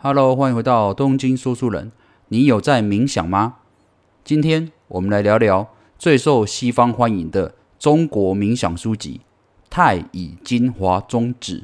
Hello， 欢迎回到东京说书人。你有在冥想吗？今天我们来聊聊最受西方欢迎的中国冥想书籍《太乙金华宗旨》。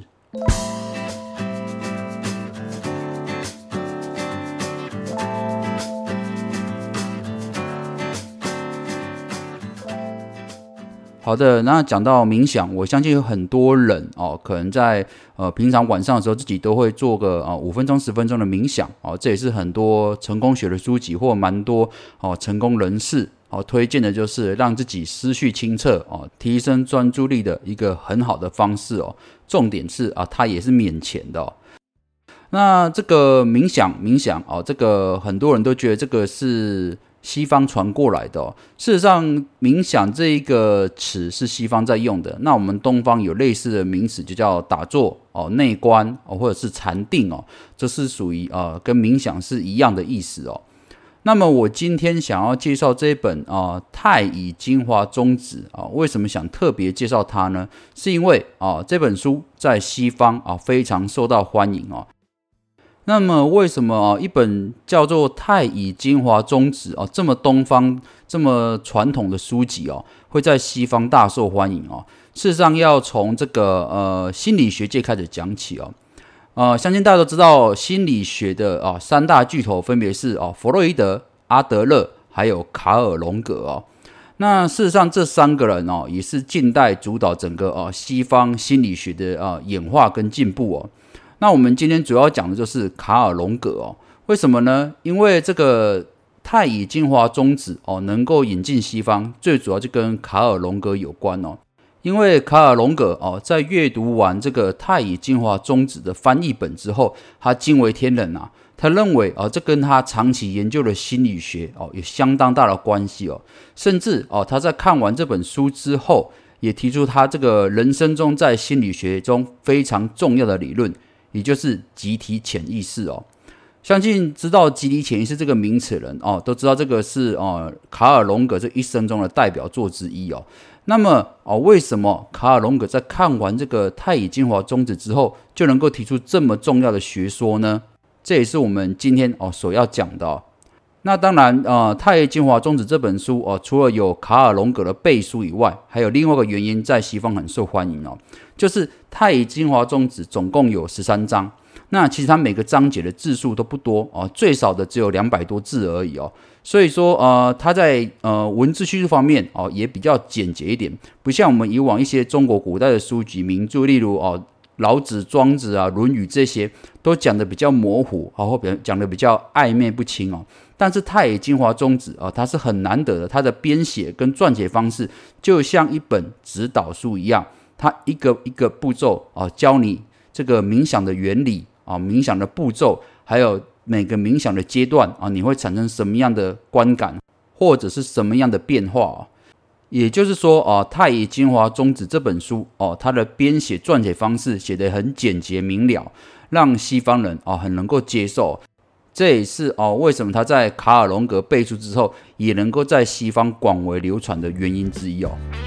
好的，那讲到冥想，我相信有很多人可能在平常晚上的时候自己都会做个5分钟10分钟的冥想这也是很多成功学的书籍或蛮多成功人士推荐的，就是让自己思绪清澈提升专注力的一个很好的方式重点是它也是免钱的那这个冥想这个很多人都觉得这个是西方传过来的事实上冥想这一个词是西方在用的，那我们东方有类似的名词就叫打坐内观或者是禅定这是属于跟冥想是一样的意思那么我今天想要介绍这一本太乙金华宗旨为什么想特别介绍它呢？是因为这本书在西方非常受到欢迎那么为什么一本叫做太乙金华宗旨这么东方这么传统的书籍会在西方大受欢迎事实上要从这个心理学界开始讲起相信大家都知道心理学的三大巨头分别是弗洛伊德、阿德勒还有卡尔荣格那事实上这三个人也是近代主导整个西方心理学的演化跟进步那我们今天主要讲的就是卡尔荣格为什么呢？因为这个太乙金华宗旨能够引进西方，最主要就跟卡尔荣格有关因为卡尔荣格在阅读完这个太乙金华宗旨的翻译本之后，他惊为天人他认为这跟他长期研究的心理学有相当大的关系甚至他在看完这本书之后，也提出他这个人生中在心理学中非常重要的理论，也就是集体潜意识相信知道集体潜意识这个名词的人都知道这个是卡尔荣格这一生中的代表作之一那么为什么卡尔荣格在看完这个太乙金华宗旨之后就能够提出这么重要的学说呢？这也是我们今天所要讲的那当然太乙金华宗旨这本书除了有卡尔荣格的背书以外，还有另外一个原因在西方很受欢迎就是太乙金华宗旨总共有13章，那其实它每个章节的字数都不多最少的只有200多字而已所以说它在文字叙述方面也比较简洁一点，不像我们以往一些中国古代的书籍名著，例如老子、庄子论语这些都讲得比较模糊或讲得比较暧昧不清但是太乙金华宗旨它是很难得的，它的编写跟撰写方式就像一本指导书一样，它一个一个步骤教你这个冥想的原理冥想的步骤，还有每个冥想的阶段你会产生什么样的观感或者是什么样的变化也就是说太乙金华宗旨这本书它的编写撰写方式写得很简洁明了，让西方人很能够接受，这也是为什么他在卡尔荣格背书之后也能够在西方广为流传的原因之一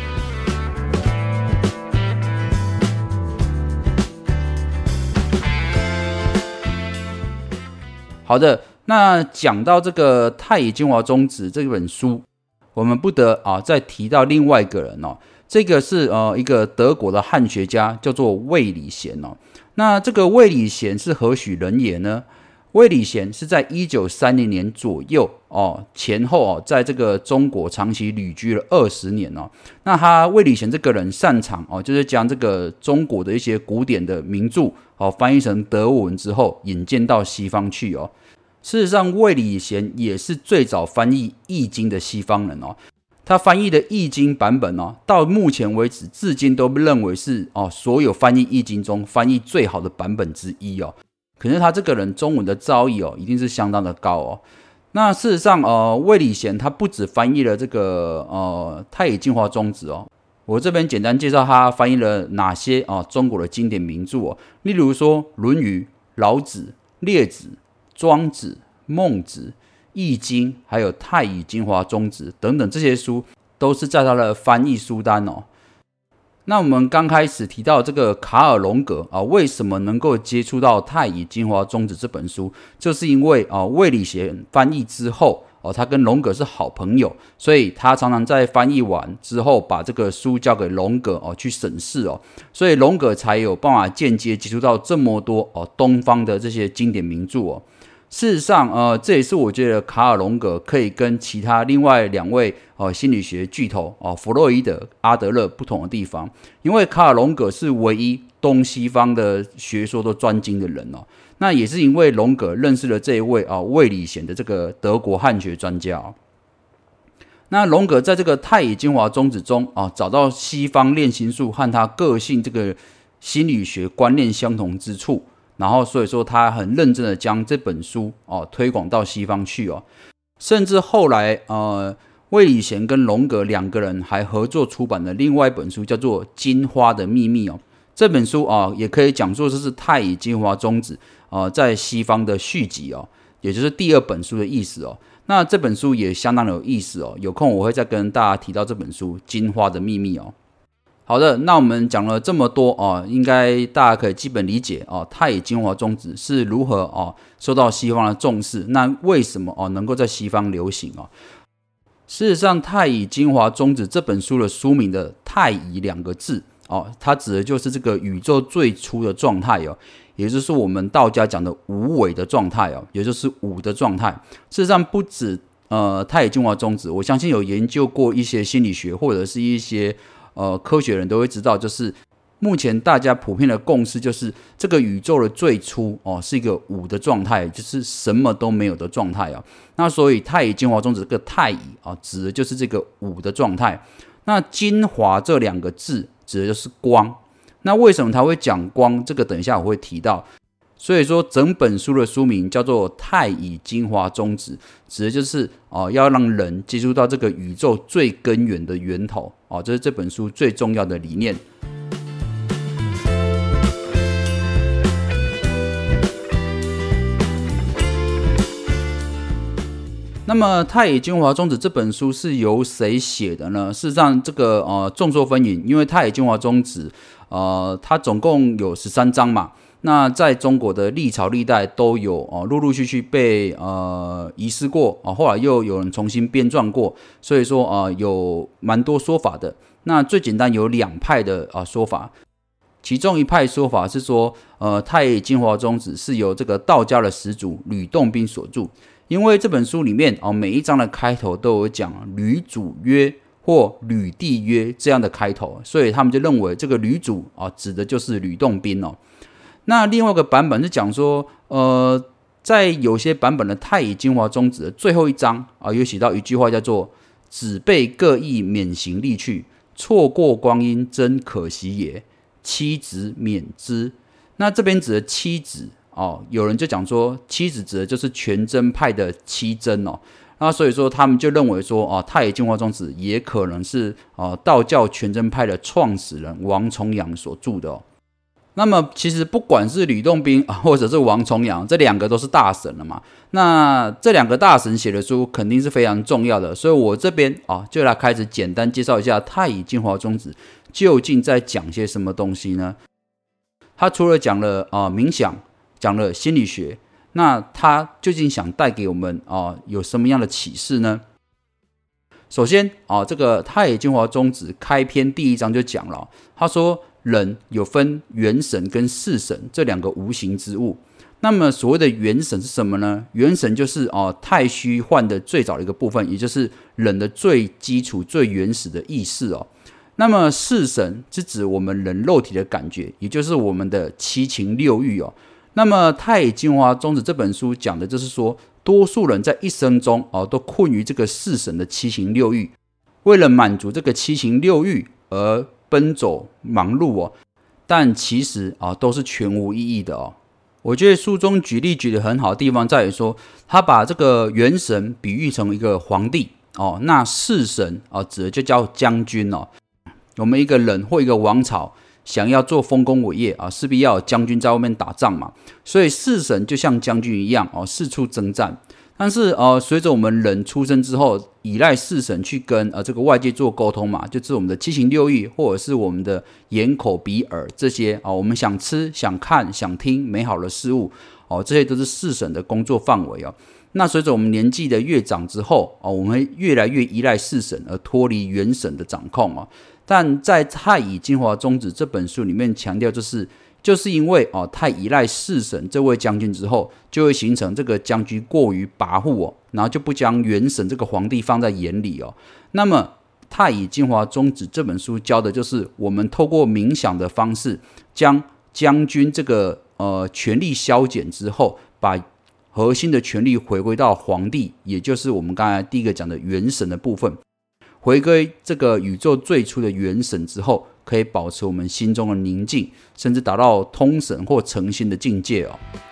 好的，那讲到这个太乙金华宗旨这本书，我们不得再提到另外一个人这个是一个德国的汉学家，叫做魏礼贤那这个魏礼贤是何许人也呢？魏礼贤是在1930年左右前后在这个中国长期旅居了20年那魏礼贤这个人擅长就是将这个中国的一些古典的名著翻译成德文之后引荐到西方去事实上魏礼贤也是最早翻译易经的西方人他翻译的易经版本到目前为止至今都认为是所有翻译易经中翻译最好的版本之一可是他这个人中文的造诣一定是相当的高那事实上魏礼贤他不只翻译了这个太乙金华宗旨我这边简单介绍他翻译了哪些中国的经典名著例如说论语、老子、列子、庄子、孟子、易经还有太乙金华宗旨等等，这些书都是在他的翻译书单那我们刚开始提到这个卡尔荣格啊，为什么能够接触到《太乙金华宗旨》这本书，就是因为魏礼贤翻译之后他跟荣格是好朋友，所以他常常在翻译完之后把这个书交给荣格去审视所以荣格才有办法间接接触到这么多东方的这些经典名著事实上这也是我觉得卡尔荣格可以跟其他另外2位心理学巨头弗洛伊德、阿德勒不同的地方，因为卡尔荣格是唯一东西方的学说都专精的人那也是因为荣格认识了这一位魏礼贤的这个德国汉学专家那荣格在这个太乙金华宗旨中找到西方炼心术和他个性这个心理学观念相同之处，然后所以说他很认真的将这本书推广到西方去甚至后来魏礼贤跟荣格2个人还合作出版了另外一本书，叫做《金花的秘密》这本书也可以讲说这是太乙金华宗旨在西方的续集也就是第2本书的意思那这本书也相当有意思有空我会再跟大家提到这本书《金花的秘密》好的，那我们讲了这么多应该大家可以基本理解太乙金华宗旨是如何受到西方的重视，那为什么能够在西方流行事实上，太乙金华宗旨这本书的书名的太乙2个字它指的就是这个宇宙最初的状态也就是我们道家讲的无为的状态也就是无的状态。事实上不止太乙金华宗旨，我相信有研究过一些心理学或者是一些科学人都会知道，就是目前大家普遍的共识就是这个宇宙的最初是一个无的状态，就是什么都没有的状态那所以太乙金华宗旨这个太乙指的就是这个无的状态。那金华这2个字指的就是光，那为什么他会讲光，这个等一下我会提到。所以说整本书的书名叫做太乙金华宗旨，指的就是要让人接触到这个宇宙最根源的源头这是这本书最重要的理念。那么太乙金华宗旨这本书是由谁写的呢？事实上这个众说纷纭，因为太乙金华宗旨它总共有13章嘛，那在中国的历朝历代都有陆陆续续被遗失过后来又有人重新编撰过，所以说有蛮多说法的。那最简单有2派的说法，其中一派说法是说太乙金华宗旨是由这个道家的始祖吕洞宾所著，因为这本书里面每一章的开头都有讲吕祖曰或吕弟曰这样的开头，所以他们就认为这个吕祖指的就是吕洞宾那另外一个版本是讲说在有些版本的太乙金华宗旨的最后一章有写到一句话叫做子辈各异免行力去，错过光阴真可惜也，妻子免之。那这边指的妻子有人就讲说妻子指的就是全真派的妻真那所以说他们就认为说太乙金华宗旨也可能是道教全真派的创始人王重阳所著的那么其实不管是吕洞宾或者是王重阳，这2个都是大神了嘛，那这2个大神写的书肯定是非常重要的，所以我这边就来开始简单介绍一下太乙金华宗旨究竟在讲些什么东西呢？他除了讲了冥想，讲了心理学，那他究竟想带给我们有什么样的启示呢？首先这个太乙金华宗旨开篇第1章就讲了，他说人有分元神跟式神这2个无形之物。那么所谓的元神是什么呢？元神就是太虚幻的最早的一个部分，也就是人的最基础最原始的意识那么式神是指我们人肉体的感觉，也就是我们的七情六欲那么太乙金华宗旨这本书讲的就是说，多数人在一生中都困于这个式神的七情六欲，为了满足这个七情六欲而奔走忙碌但其实都是全无意义的我觉得书中举例举得很好的地方在于说，他把这个元神比喻成一个皇帝那式神指的就叫将军我们一个人或一个王朝想要做丰功伟业势必要有将军在外面打仗嘛，所以式神就像将军一样四处征战。 但是随着我们人出生之后，依赖视神去跟这个外界做沟通嘛，就是我们的七情六欲，或者是我们的眼口鼻耳这些我们想吃、想看、想听美好的事物这些都是视神的工作范围那随着我们年纪的越长之后我们会越来越依赖视神，而脱离元神的掌控但在《太乙金华宗旨》这本书里面强调，就是因为太依赖视神这位将军之后，就会形成这个将军过于跋扈然后就不将元神这个皇帝放在眼里那么《太乙金华宗旨》这本书教的就是我们透过冥想的方式，将将军这个权力消减之后，把核心的权力回归到皇帝，也就是我们刚才第一个讲的元神的部分。回归这个宇宙最初的元神之后，可以保持我们心中的宁静，甚至达到通神或成心的境界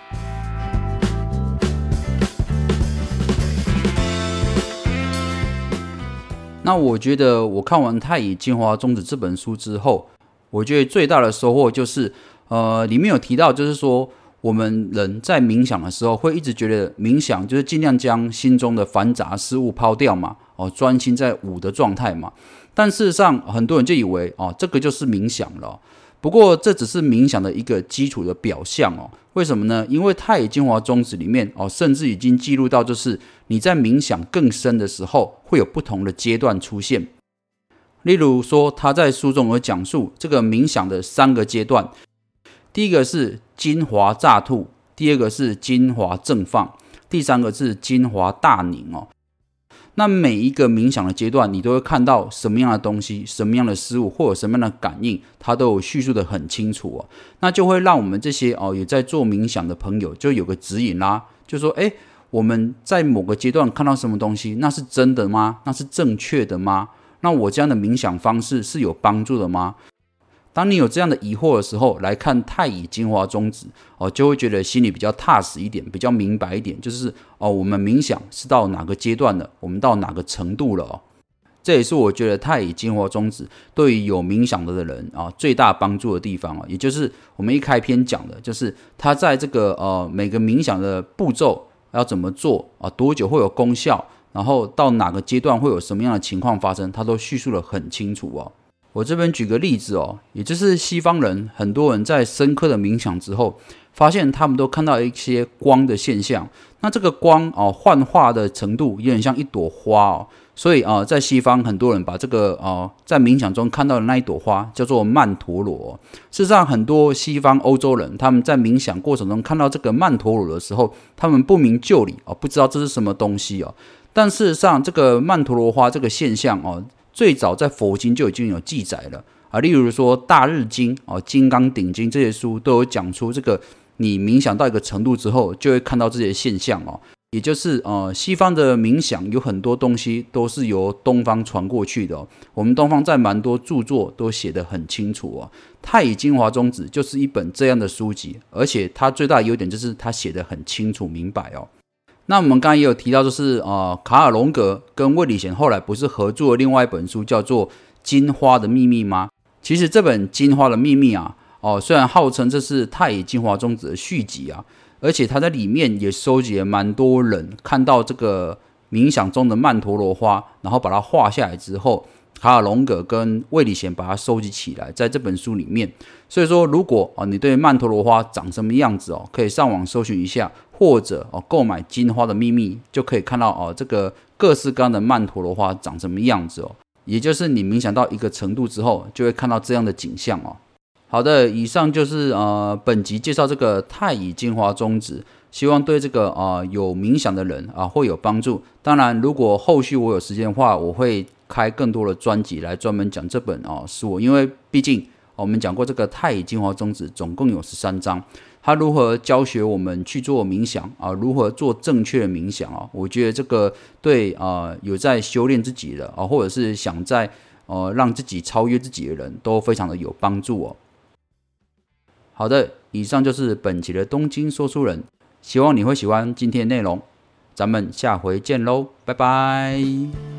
那我觉得我看完《太乙金华宗旨》这本书之后，我觉得最大的收获就是里面有提到，就是说我们人在冥想的时候，会一直觉得冥想就是尽量将心中的繁杂事物抛掉嘛，专心在无的状态嘛。但事实上，很多人就以为这个就是冥想了。不过这只是冥想的一个基础的表象为什么呢？因为《太乙金华宗旨》里面甚至已经记录到，就是你在冥想更深的时候，会有不同的阶段出现。例如说，他在书中有讲述这个冥想的3个阶段。第一个是精华乍吐，第二个是精华正放，第三个是精华大凝那每一个冥想的阶段，你都会看到什么样的东西、什么样的事物或者什么样的感应，它都有叙述的很清楚那就会让我们这些有在做冥想的朋友就有个指引啦，就说我们在某个阶段看到什么东西，那是真的吗？那是正确的吗？那我这样的冥想方式是有帮助的吗？当你有这样的疑惑的时候，来看太乙金华宗旨就会觉得心里比较踏实一点，比较明白一点，就是我们冥想是到哪个阶段了，我们到哪个程度了这也是我觉得太乙金华宗旨对于有冥想的人最大帮助的地方也就是我们一开篇讲的，就是他在这个每个冥想的步骤要怎么做多久会有功效，然后到哪个阶段会有什么样的情况发生，他都叙述得很清楚我这边举个例子也就是西方人很多人在深刻的冥想之后，发现他们都看到一些光的现象。那这个光幻化的程度有点像一朵花所以在西方很多人把这个在冥想中看到的那一朵花叫做曼陀罗事实上，很多西方欧洲人他们在冥想过程中看到这个曼陀罗的时候，他们不明就里不知道这是什么东西但事实上，这个曼陀罗花这个现象最早在佛经就已经有记载了例如说《大日经》《金刚顶经》这些书都有讲出这个，你冥想到一个程度之后，就会看到这些现象也就是西方的冥想有很多东西都是由东方传过去的我们东方在蛮多著作都写得很清楚太乙金华宗旨就是一本这样的书籍，而且它最大的优点就是它写得很清楚明白那我们刚才也有提到，就是卡尔荣格跟魏礼贤后来不是合作了另外一本书叫做《金花的秘密》吗？其实这本《金花的秘密》虽然号称这是太乙金华宗旨的续集而且他在里面也收集了蛮多人看到这个冥想中的曼陀罗花，然后把它画下来之后，卡尔荣格跟魏礼贤把它收集起来，在这本书里面。所以说，如果你对曼陀罗花长什么样子可以上网搜寻一下，或者购买《金花的秘密》，就可以看到这个各式各样的曼陀罗花长什么样子也就是你冥想到一个程度之后，就会看到这样的景象好的，以上就是本集介绍这个太乙金华宗旨，希望对这个有冥想的人会有帮助。当然，如果后续我有时间的话，我会开更多的专辑来专门讲这本书，因为毕竟我们讲过这个太乙金华宗旨总共有13章，它如何教学我们去做冥想如何做正确的冥想我觉得这个对有在修炼自己的或者是想在让自己超越自己的人都非常的有帮助好的，以上就是本期的东京说书人，希望你会喜欢今天的内容，咱们下回见喽，拜拜。